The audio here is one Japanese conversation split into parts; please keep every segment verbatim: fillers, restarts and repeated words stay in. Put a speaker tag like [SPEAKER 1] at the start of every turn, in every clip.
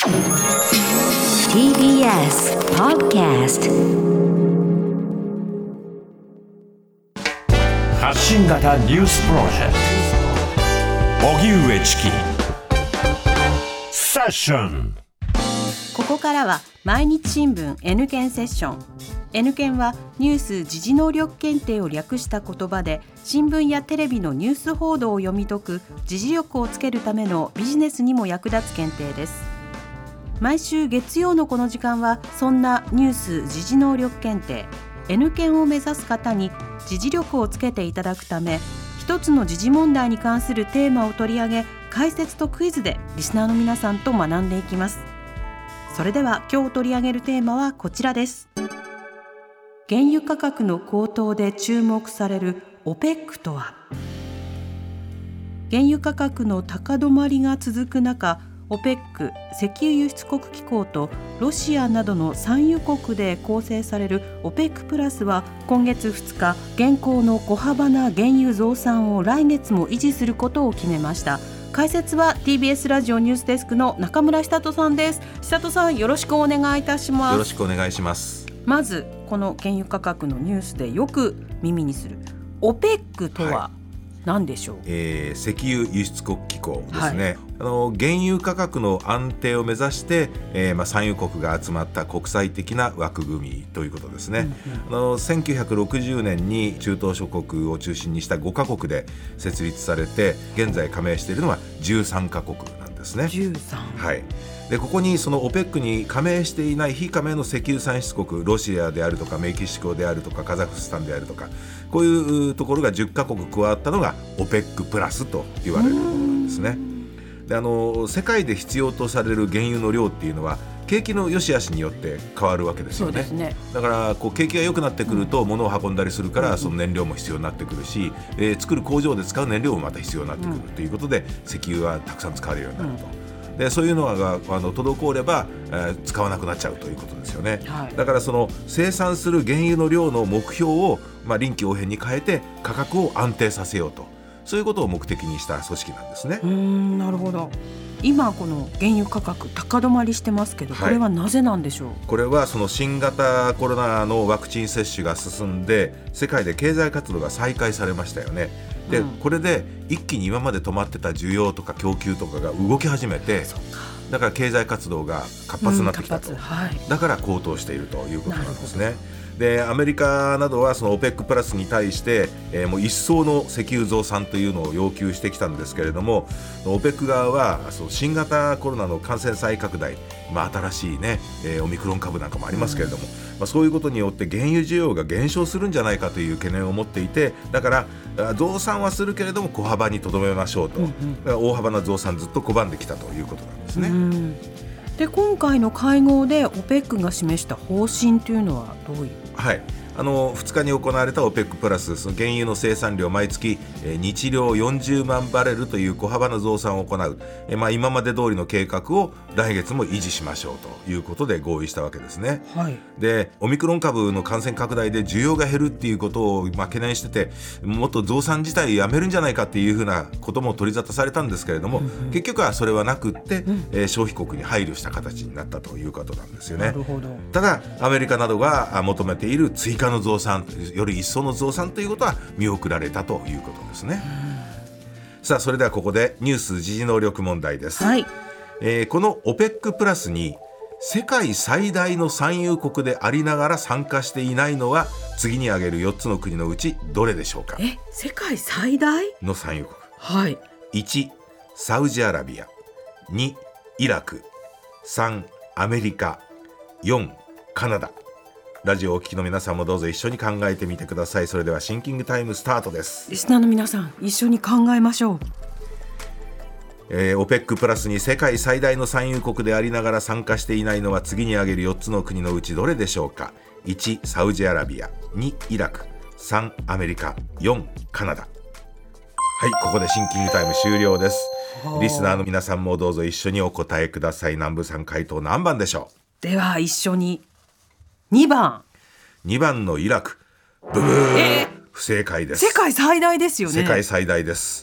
[SPEAKER 1] ティービーエス Podcast
[SPEAKER 2] 発信型ニュースプロジェクト荻上チキセッション。
[SPEAKER 3] ここからは毎日新聞 N 検セッション。 N 検はニュース時事能力検定を略した言葉で、新聞やテレビのニュース報道を読み解く時事力をつけるためのビジネスにも役立つ検定です。毎週月曜のこの時間は、そんなニュース時事能力検定 N 検を目指す方に時事力をつけていただくため、一つの時事問題に関するテーマを取り上げ、解説とクイズでリスナーの皆さんと学んでいきます。それでは今日取り上げるテーマはこちらです。原油価格の高騰で注目される オペック とは。原油価格の高止まりが続く中、オペック 石油輸出国機構とロシアなどの産油国で構成される オペック プラスは、今月ふつか、現行の小幅な原油増産を来月も維持することを決めました。解説は ティービーエス ラジオニュースデスクの中村久人さんです。久人さん、よろしくお願いいたします。
[SPEAKER 4] よろしくお願いします。
[SPEAKER 3] まずこの原油価格のニュースでよく耳にする オペック とは何でしょう。はい、
[SPEAKER 4] えー、石油輸出国機構ですね。はい、あの原油価格の安定を目指して、えーまあ、産油国が集まった国際的な枠組みということですね。うんうん、あのせんきゅうひゃくろくじゅうねんに中東諸国を中心にしたごカ国で設立されて、現在加盟しているのはじゅうさんカ国なんですね。
[SPEAKER 3] じゅうさん、
[SPEAKER 4] はい。でここにその オペック に加盟していない非加盟の石油産出国、ロシアであるとかメキシコであるとかカザフスタンであるとか、こういうところがじゅっカ国加わったのが オペック プラスと言われるものなんですね。であの世界で必要とされる原油の量っていうのは景気の良し悪しによって変わるわけですよ ね,
[SPEAKER 3] そうですね。
[SPEAKER 4] だからこう景気が良くなってくると物を運んだりするから、その燃料も必要になってくるし、えー、作る工場で使う燃料もまた必要になってくるということで、石油はたくさん使われるようになると。でそういうのがあの滞れば、えー、使わなくなっちゃうということですよね。はい、だからその生産する原油の量の目標を、まあ、臨機応変に変えて価格を安定させようと、そういうことを目的にした組織なんですね。
[SPEAKER 3] うーん、なるほど。今この原油価格高止まりしてますけど、これはなぜなんでしょう。はい、
[SPEAKER 4] これはその新型コロナのワクチン接種が進んで、世界で経済活動が再開されましたよね。で、うん、これで一気に今まで止まってた需要とか供給とかが動き始めて、だから経済活動が活発になってきたと、うん、はい、だから高騰しているということなんですね。でアメリカなどはその オペック プラスに対して、えー、もう一層の石油増産というのを要求してきたんですけれども、 オペック 側はその新型コロナの感染再拡大、まあ、新しい、ねえー、オミクロン株なんかもありますけれども、うん、まあ、そういうことによって原油需要が減少するんじゃないかという懸念を持っていて、だから増産はするけれども小幅にとどめましょうと、うんうん、大幅な増産ずっと拒んできたということなんですね。うん、
[SPEAKER 3] で今回の会合で オペック が示した方針というのはどういう。
[SPEAKER 4] はい、あのふつかに行われた オペック プラス、その原油の生産量毎月、えー、日量よんじゅうまんバレルという小幅な増産を行う、えーまあ、今まで通りの計画を来月も維持しましょうということで合意したわけですね。はい、でオミクロン株の感染拡大で需要が減るっていうことを、まあ、懸念してて、もっと増産自体やめるんじゃないかっていうふうなことも取り沙汰されたんですけれども、うんうん、結局はそれはなくって、うん、えー、消費国に配慮した形になったということなんですよね。
[SPEAKER 3] なるほど。
[SPEAKER 4] ただアメリカなどが求めている追加の増産、より一層の増産ということは見送られたということですね。さあそれではここでニュース時事能力問題です。はい、えー、この オペック プラスに世界最大の産油国でありながら参加していないのは次に挙げるよっつの国のうちどれでしょうか。
[SPEAKER 3] え、世界最大
[SPEAKER 4] の産油国。
[SPEAKER 3] はい、
[SPEAKER 4] いちサウジアラビア、にイラク、さんアメリカ、よんカナダ。ラジオをお聞きの皆さんもどうぞ一緒に考えてみてください。それではシンキングタイムスタートです。
[SPEAKER 3] リスナーの皆さん一緒に考えましょう。
[SPEAKER 4] えー、オペック プラスに世界最大の産油国でありながら参加していないのは次に挙げるよっつの国のうちどれでしょうか。いちサウジアラビア、にイラク、さんアメリカ、よんカナダ。はい、ここでシンキングタイム終了です。リスナーの皆さんもどうぞ一緒にお答えください。南部さん、回答何番でしょ
[SPEAKER 3] う。では一緒ににばん。
[SPEAKER 4] にばんのイラク。ブブー、えー、不正解です。
[SPEAKER 3] 世界最大ですよね。
[SPEAKER 4] 世界最大です。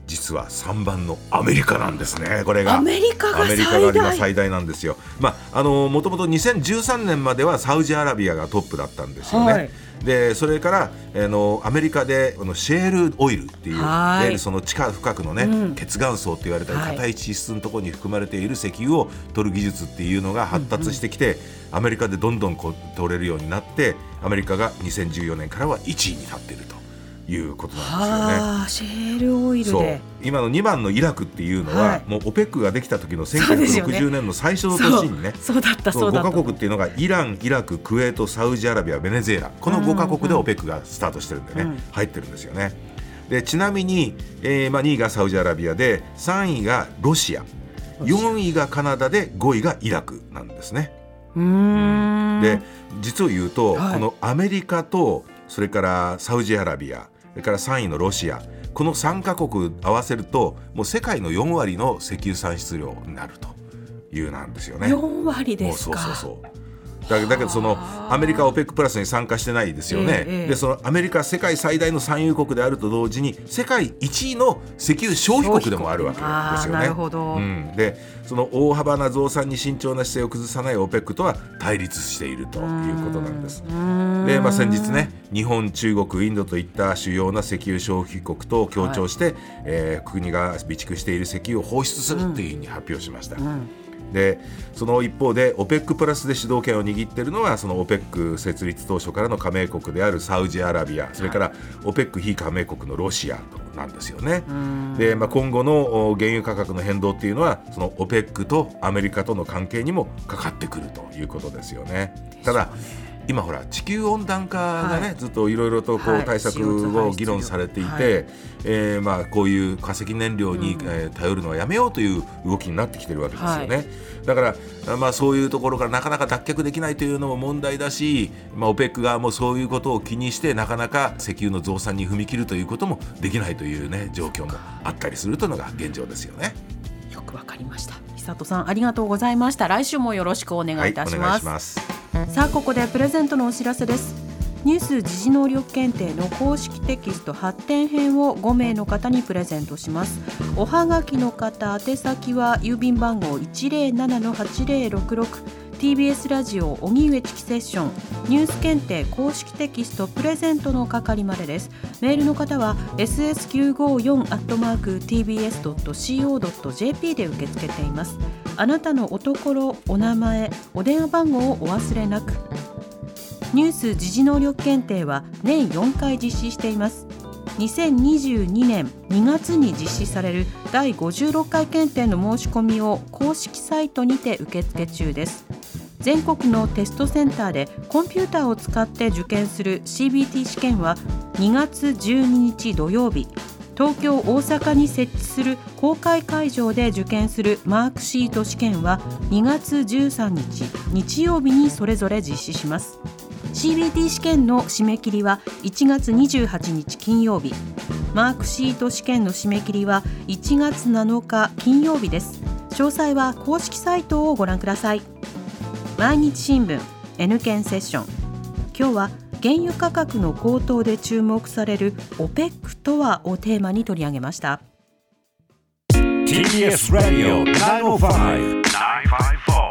[SPEAKER 4] 実はさんばんのアメリカなんですね。これが
[SPEAKER 3] アメリカが最大、
[SPEAKER 4] アメリカが今最大なんですよ。まあ、あのもともとにせんじゅうさんねんまではサウジアラビアがトップだったんですよね、はい、でそれからあのアメリカであのシェールオイルっていう、はい、その地下深くのね、うん、血岩層って言われたり硬い地質のところに含まれている石油を取る技術っていうのが発達してきて、うんうん、アメリカでどんどんこう取れるようになって、アメリカがにせんじゅうよねんからはいちいに立っているということなんですよね。
[SPEAKER 3] シェールオイルで
[SPEAKER 4] そう今のにばんのイラクっていうのは、はい、もう オペック ができた時のせんきゅうひゃくろくじゅうねんの最初の年にね、
[SPEAKER 3] そうだったそうだった
[SPEAKER 4] ごカ国っていうのがイラン、イラク、クウェート、サウジアラビア、ベネズエラ、このごカ国で オペック がスタートしてるんでね、うんうん、入ってるんですよね。でちなみに、えーまあ、にいがサウジアラビアでさんいがロシア、よんいがカナダでごいがイラクなんですね。
[SPEAKER 3] うーん
[SPEAKER 4] で実を言うと、
[SPEAKER 3] はい、
[SPEAKER 4] このアメリカとそれからサウジアラビア、それからさんいのロシア、このさんカ国合わせるともう世界のよんわりの石油産出量になるというなんですよね。
[SPEAKER 3] よんわりですか。
[SPEAKER 4] そうそうそうだ, だけどそのアメリカは オペック プラスに参加してないですよね、ええ、でそのアメリカ世界最大の産油国であると同時に世界いちいの石油消費国でもあるわけですよね。
[SPEAKER 3] なるほど、
[SPEAKER 4] うん、でその大幅な増産に慎重な姿勢を崩さない オペック とは対立しているということなんです。で、まあ、先日ね日本、中国、インドといった主要な石油消費国と協調して、はいえー、国が備蓄している石油を放出するというふうに発表しました、うんうんでその一方で オペック プラスで主導権を握っているのはその オペック 設立当初からの加盟国であるサウジアラビア、それから オペック 非加盟国のロシアなんですよね。で、まあ、今後の原油価格の変動っていうのはその オペック とアメリカとの関係にもかかってくるということですよね。ただ今ほら地球温暖化がね、はい、ずっといろいろとこう対策を議論されていて、はいえーまあ、こういう化石燃料に、うんえー、頼るのはやめようという動きになってきてるわけですよね、はい、だから、まあ、そういうところからなかなか脱却できないというのも問題だし、まあ、オペック 側もそういうことを気にしてなかなか石油の増産に踏み切るということもできないという、ね、状況もあったりするというのが現状ですよね。
[SPEAKER 3] よくわかりました。久人さんありがとうございました。来週もよろしくお願いいたします、はい、お願いします。さあここでプレゼントのお知らせです。ニュース時事能力検定の公式テキスト発展編をごめいの方にプレゼントします。おはがきの方、宛先は郵便番号 いちまるななのはちぜろろくろく ティービーエス ラジオ荻上チキセッションニュース検定公式テキストプレゼントの係までです。メールの方は エスエスきゅうごよん アットマーク ティービーエス ドット シーオー ドット ジェーピー で受け付けています。あなたのおところ、お名前、お電話番号をお忘れなく。ニュース時事能力検定は年よんかい実施しています。にせんにじゅうにねんにがつに実施されるだいごじゅうろっかい検定の申し込みを公式サイトにて受付中です。全国のテストセンターでコンピューターを使って受験する シービーティー 試験はにがつじゅうににち土曜日、東京、大阪に設置する公開会場で受験するマークシート試験はにがつじゅうさんにち日曜日にそれぞれ実施します。シービーティー 試験の締め切りはいちがつにじゅうはちにち金曜日、マークシート試験の締め切りはいちがつなのか金曜日です。詳細は公式サイトをご覧ください。毎日新聞 N 検セッション、今日は原油価格の高騰で注目される オペック とはをテーマに取り上げました。
[SPEAKER 2] ティービーエス Radio きゅうまるご きゅうご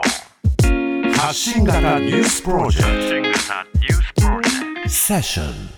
[SPEAKER 2] よん発信型ニュースプロジェクトセッション